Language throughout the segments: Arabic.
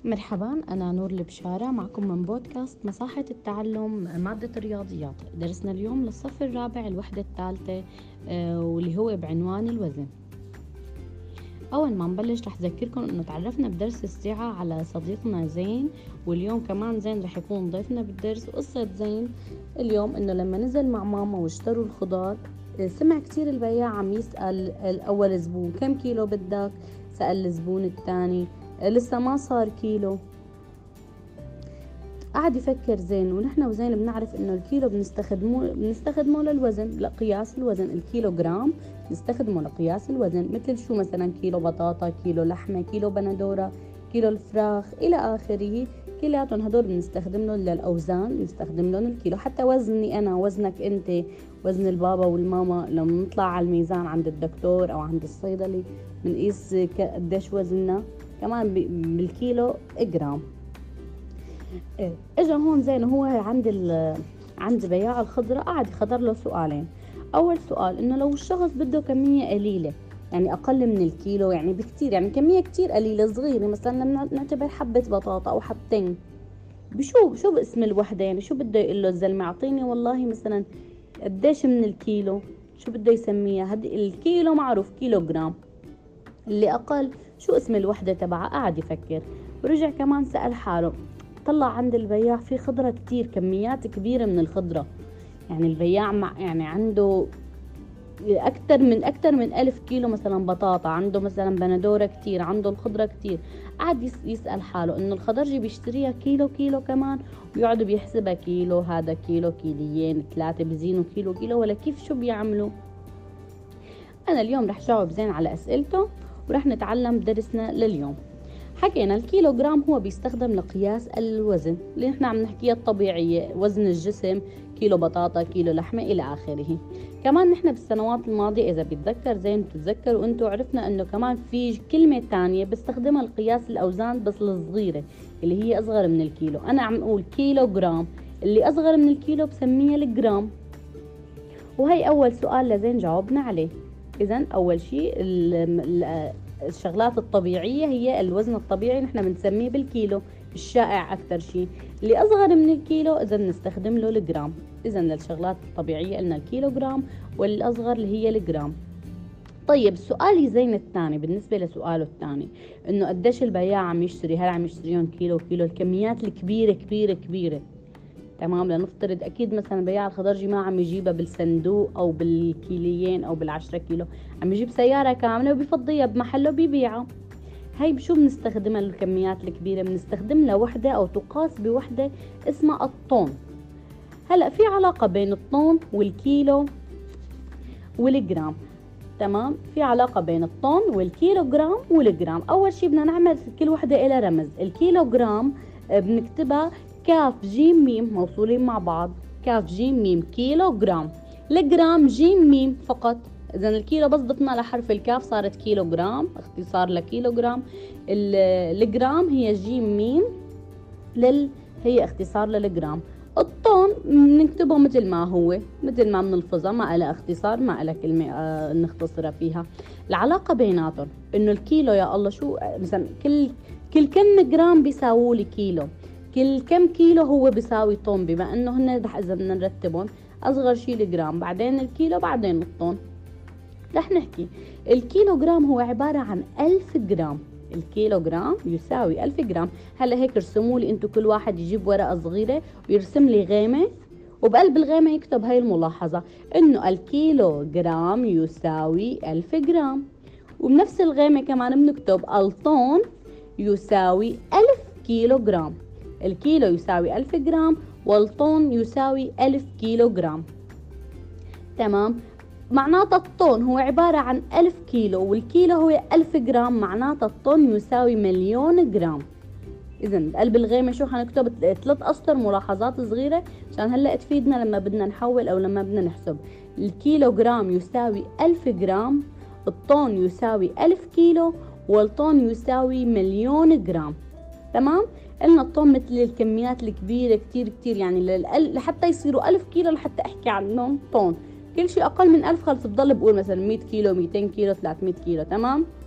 مرحبا، أنا نور البشارة معكم من بودكاست مساحة التعلم مادة الرياضيات. درسنا اليوم للصف الرابع الوحدة الثالثة واللي هو بعنوان الوزن. أول ما نبلش رح أذكركم إنه تعرفنا بدرس الساعة على صديقنا زين، واليوم كمان زين رح يكون ضيفنا بالدرس. وقصة زين اليوم إنه لما نزل مع ماما واشتروا الخضار سمع كتير البياع عم يسأل الأول زبون كم كيلو بدك، سأل الزبون الثاني لسه ما صار كيلو. قاعد يفكر زين، ونحن وزين بنعرف انه الكيلو بنستخدمه للوزن، لقياس الوزن. الكيلو جرام بنستخدمه لقياس الوزن، مثل شو مثلا كيلو بطاطا، كيلو لحمة، كيلو بندورة، كيلو الفراخ الى اخره. كلياتهم هدول بنستخدم لهم للاوزان، بنستخدم لهم الكيلو. حتى وزني انا، وزنك انت، وزن البابا والماما لما نطلع على الميزان عند الدكتور او عند الصيدلي بنقيس قديش وزننا كمان بالكيلو جرام. اجا هون زين هو عند بياع الخضرة، قاعد يخضر له سؤالين. اول سؤال انه لو الشخص بده كمية قليلة، يعني اقل من الكيلو، يعني بكتير، يعني كمية كتير قليلة صغيرة، مثلا لما نعتبر حبة بطاطا او حبتين، شو باسم الوحدة، يعني شو بده يقول له الزلمة؟ اعطيني والله مثلا قديش من الكيلو، شو بده يسميها؟ الكيلو معروف كيلو جرام، اللي اقل شو اسم الوحدة تبعها. قاعد يفكر ورجع كمان سأل حاله. طلع عند البياع في خضرة كتير، كميات كبيرة من الخضرة، يعني البياع يعني عنده أكتر من 1000 كيلو مثلا بطاطا، عنده مثلا بندورة كتير، عنده الخضرة كتير. قعد يسأل حاله إنه الخضرجي بيشتريها كيلو كيلو كمان، ويقعدوا بيحسبها كيلو، هذا كيلو، كيليين، 3 بزينوا كيلو كيلو، ولا كيف شو بيعملوا؟ أنا اليوم رح جاوب زين على أسئلته ورح نتعلم درسنا لليوم. حكينا الكيلو جرام هو بيستخدم لقياس الوزن اللي نحن عم نحكيها الطبيعية، وزن الجسم، كيلو بطاطا، كيلو لحمة إلى آخره. كمان نحن بالسنوات الماضية إذا بتذكر زين بتتذكروا أنتوا، عرفنا أنه كمان في كلمة تانية بستخدمها لقياس الأوزان بس الصغيرة اللي هي أصغر من الكيلو. أنا عم أقول كيلو جرام، اللي أصغر من الكيلو بسميها الجرام. وهي أول سؤال لزين جاوبنا عليه. إذن أول شيء الشغلات الطبيعية هي الوزن الطبيعي، نحن بنسميه بالكيلو، الشائع أكثر شيء. اللي أصغر من الكيلو إذا بنستخدم له الجرام. إذا للشغلات الطبيعية قلنا الكيلو جرام، والأصغر اللي هي الجرام. طيب سؤالي زين الثاني، بالنسبة لسؤاله الثاني إنه قديش البياع عم يشتري، هل عم يشتريهم كيلو كيلو، الكميات الكبيرة كبيرة كبيرة، تمام؟ لنفترض اكيد مثلا بياع الخضرجي ما عم يجيبها بالصندوق او بالكيليين او بالعشرة كيلو، عم يجيب سيارة كاملة وبيفضيها بمحله بيبيعها. هاي بشو بنستخدمها الكميات الكبيرة؟ بنستخدم لها وحدة او تقاس بوحدة اسمها الطن. هلأ في علاقة بين الطن والكيلو والجرام، تمام؟ في علاقة بين الطن والكيلو جرام والجرام. اول شي بدنا نعمل كل وحدة إلى رمز. الكيلو جرام بنكتبها كاف جيم ميم موصولين مع بعض، كاف جيم ميم كيلو جرام. الجرام جيم ميم فقط. اذا الكيلو بس ضفنا لحرف الكاف صارت كيلو جرام، اختصار لكيلو جرام. الجرام هي جيم ميم هي اختصار للجرام. الطن بنكتبه مثل ما هو، مثل ما بنلفظها، ما لها اختصار، ما لها كلمة نختصرها فيها. العلاقة بيناتهم انه الكيلو يا الله شو مثلا كل كم جرام بيساووا لي كيلو، كل كم كيلو هو بيساوي طن، بما انه هن رح اذا بدنا نرتبهم اصغر شيء الجرام، بعدين الكيلو، بعدين الطن. رح نحكي الكيلو جرام هو عبارة عن 1000 جرام. الكيلو جرام يساوي 1000 جرام. هلا هيك رسموا لي انتو، كل واحد يجيب ورقة صغيرة ويرسم لي غيمة، وبقلب الغيمة يكتب هاي الملاحظة انه الكيلو جرام يساوي 1000 جرام. وبنفس الغيمة كمان بنكتب الطن يساوي 1000 كيلو جرام. الكيلو يساوي 1000 جرام والطن يساوي 1000 كيلو جرام، تمام؟ معناته الطن هو عبارة عن 1000 كيلو، والكيلو هو 1000 جرام، معناته الطن يساوي مليون جرام. إذا بقلب الغيمة شو حنكتب؟ 3 أسطر ملاحظات صغيرة عشان هلأ تفيدنا لما بدنا نحول أو لما بدنا نحسب. الكيلو جرام يساوي 1000 جرام، الطن يساوي 1000 كيلو، والطن يساوي مليون جرام، تمام؟ قلنا الطن مثل الكميات الكبيرة كتير كتير، يعني لحتى يصيروا 1000 كيلو لحتى أحكي عنهم طن. كل شيء أقل من 1000 خلص بضل بقول مثلا 100 كيلو، 200 كيلو، 300 كيلو، تمام؟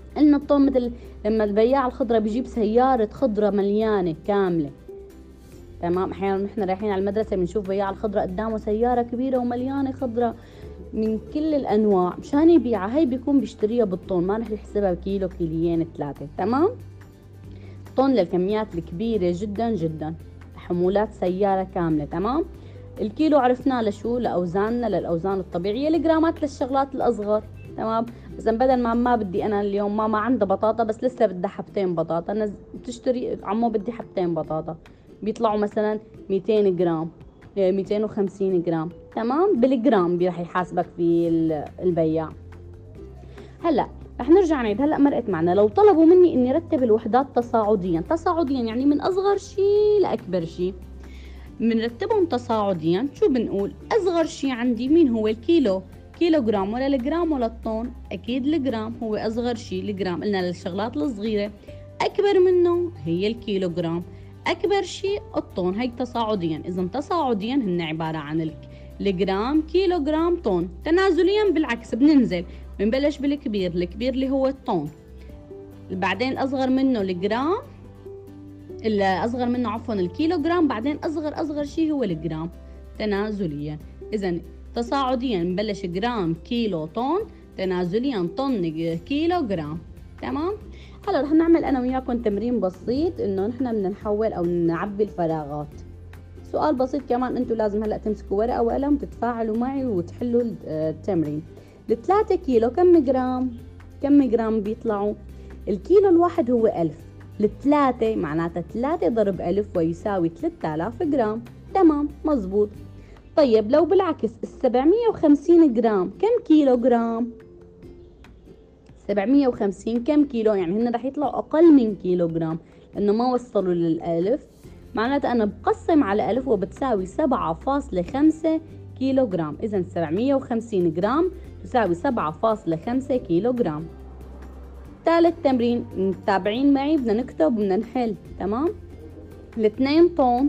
قلنا الطن مثل لما البياع الخضرة بيجيب سيارة خضرة مليانة كاملة، تمام. احيانا نحن رايحين على المدرسة بنشوف بياع الخضرة قدامه سيارة كبيرة ومليانة خضرة من كل الانواع مشان يبيعها، هي بيكون بيشتريها بالطن، ما رح يحسبها بكيلو كيليين 3، تمام. طن للكميات الكبيرة جدا جدا، حمولات سيارة كاملة، تمام. الكيلو عرفناه لشو؟ لأوزاننا، للأوزان الطبيعية. الجرامات للشغلات الأصغر، تمام. مثلا بدل ما بدي أنا اليوم ماما عندها بطاطا بس لسه بدها حبتين بطاطا، بتشتري عمو بدي حبتين بطاطا، بيطلعوا مثلا 200 جرام، 250 جرام، تمام. بالجرام رح يحاسبك في البياع. هلا رح نرجع نعيد. هلا مرقت معنا لو طلبوا مني اني رتب الوحدات تصاعديا، تصاعديا يعني من اصغر شيء لاكبر شيء. بنرتبهم تصاعديا. شو بنقول؟ اصغر شيء عندي مين هو؟ الكيلو، كيلو جرام ولا الجرام ولا الطن؟ اكيد الجرام هو اصغر شيء، الجرام. قلنا للشغلات الصغيره اكبر منه هي الكيلو جرام، اكبر شيء الطن. هي تصاعديا. اذا تصاعديا هن عباره عن الجرام، كيلو جرام، طن. تنازليا بالعكس بننزل، بنبلش بالكبير، الكبير اللي هو الطن، بعدين الاصغر منه الجرام، الأصغر منه عفوا الكيلو جرام، بعدين أصغر شيء هو الجرام، تنازليا. إذا تصاعديا نبلش جرام، كيلو، طن، تنازليا طن، كيلو، جرام، تمام. هلا رح نعمل أنا وياكم تمرين بسيط إنه نحن بدنا نحول أو نعبي الفراغات. سؤال بسيط كمان، أنتم لازم هلا تمسكوا ورقة وقلم وتتفاعلوا معي وتحلوا التمرين. ال3 كيلو كم جرام بيطلعوا؟ الكيلو الواحد هو 1000، الثلاثة معناتها 3 ضرب 1000 ويساوي 3000 جرام، تمام مزبوط. طيب لو بالعكس 750 جرام كم كيلو جرام؟ 750 كم كيلو؟ يعني هن رح يطلعوا أقل من كيلو جرام لأنه ما وصلوا للألف، معناتها أنا بقسم على 1000 وبتساوي 7.5 كيلو جرام. إذا 750 جرام تساوي 7.5 كيلو جرام. ثالث تمرين، متابعين معي؟ بدنا نكتب وبدنا نحل، تمام. الاثنين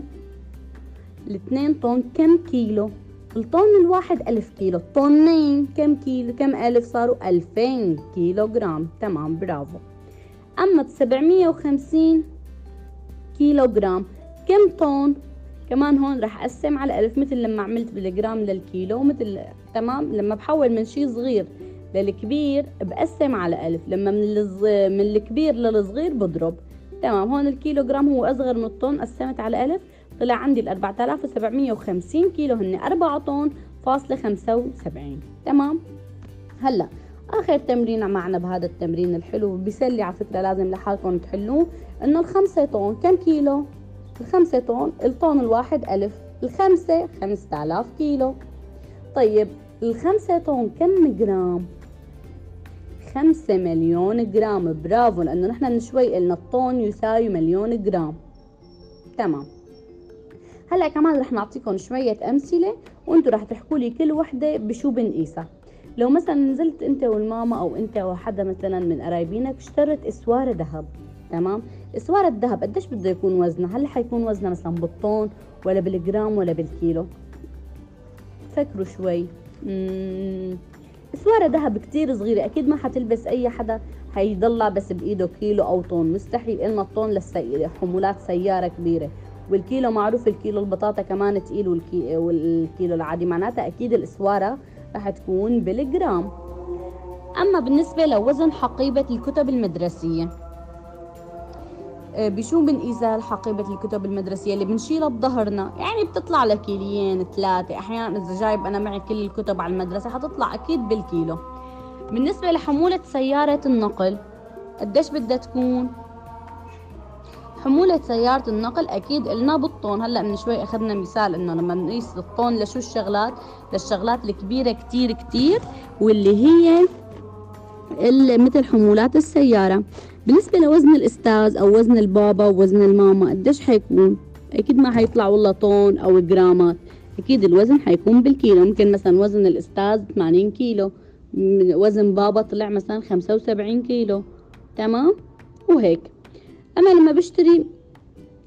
طن كم كيلو؟ الطن الواحد 1000 كيلو، الطنين كم كيلو؟ كم ألف؟ صاروا 2000 كيلو جرام، تمام برافو. أما 750 كيلو جرام كم طن؟ كمان هون رح أقسم على 1000 مثل لما عملت بالجرام للكيلو، مثل تمام. لما بحول من شيء صغير للكبير بقسم على 1000، لما من الكبير للصغير بضرب، تمام. هون الكيلو جرام هو أصغر من الطن، قسمت على 1000 طلع عندي 4750 كيلو، هن 4 طن فاصلة 75، تمام. هلا آخر تمرين معنا بهذا التمرين الحلو بيسلي على فكرة، لازم لحالكم تحلوه. إنه ال5 طن كم كيلو؟ ال5 طن، الطن الواحد 1000، ال5 5000 كيلو. طيب ال5 طن كم جرام؟ 5 مليون جرام، برافو، لأنه نحن من شوي قلنا الطن يساوي مليون جرام، تمام. هلا كمان رح نعطيكم شوية أمثلة وانتو رح تحكوا لي كل وحدة بشو بنقيسها. لو مثلا نزلت انت والماما او انت وحدا مثلا من قرايبينك اشترت اسوارة ذهب، تمام. اسوارة الذهب قديش بده يكون وزنها؟ هل حيكون وزنها مثلا بالطن ولا بالجرام ولا بالكيلو؟ فكروا شوي. اسوارة ذهب كتير صغيرة، اكيد ما حتلبس اي حدا حيضلها بس بايده كيلو او طن، مستحيل. قلنا الطن حمولات سيارة كبيرة، والكيلو معروف الكيلو البطاطا كمان تقيل، والكيلو العادي، معناتها اكيد الاسوارة رح تكون بالجرام. اما بالنسبة لوزن حقيبة الكتب المدرسية، بشو بنقيسها الحقيبة الكتب المدرسية؟ اللي بنشيلها بظهرنا، يعني بتطلع لكيليين 3، احيانا اذا جايب انا معي كل الكتب على المدرسة حتطلع اكيد بالكيلو. بالنسبة لحمولة سيارة النقل قديش بدها تكون؟ حمولة سيارة النقل اكيد قلنا بالطن. هلا من شوي اخذنا مثال انه لما بنقيس الطن لشو الشغلات؟ للشغلات الكبيرة كتير كتير، واللي هي مثل حمولات السيارة. بالنسبة لوزن الأستاذ أو وزن البابا ووزن الماما قديش حيكون؟ أكيد ما حيطلع والله طن أو جرامات، أكيد الوزن حيكون بالكيلو. ممكن مثلا وزن الأستاذ 80 كيلو، وزن بابا طلع مثلا 75 كيلو، تمام، وهيك. أما لما بشتري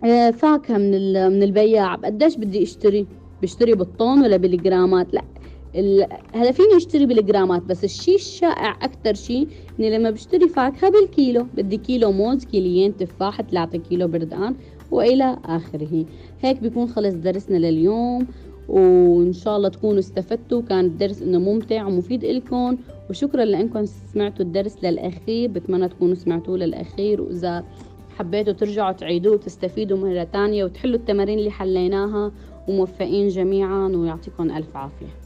فاكهة من البياع قديش بدي اشتري؟ بشتري بالطن ولا بالجرامات؟ لا، هلا فيني اشتري بالجرامات، بس الشيء الشائع اكثر شيء اني لما بشتري فاكهة بالكيلو، بدي كيلو موز، كيليين تفاح، 3 كيلو بردقان والى اخره. هيك بيكون خلص درسنا لليوم، وان شاء الله تكونوا استفدتوا، كان الدرس انه ممتع ومفيد إلكم. وشكرا لانكم سمعتوا الدرس للاخير، بتمنى تكونوا سمعتوه للاخير، واذا حبيتوا ترجعوا تعيدوه وتستفيدوا مرة تانية وتحلوا التمارين اللي حليناها. وموفقين جميعا ويعطيكم ألف عافية.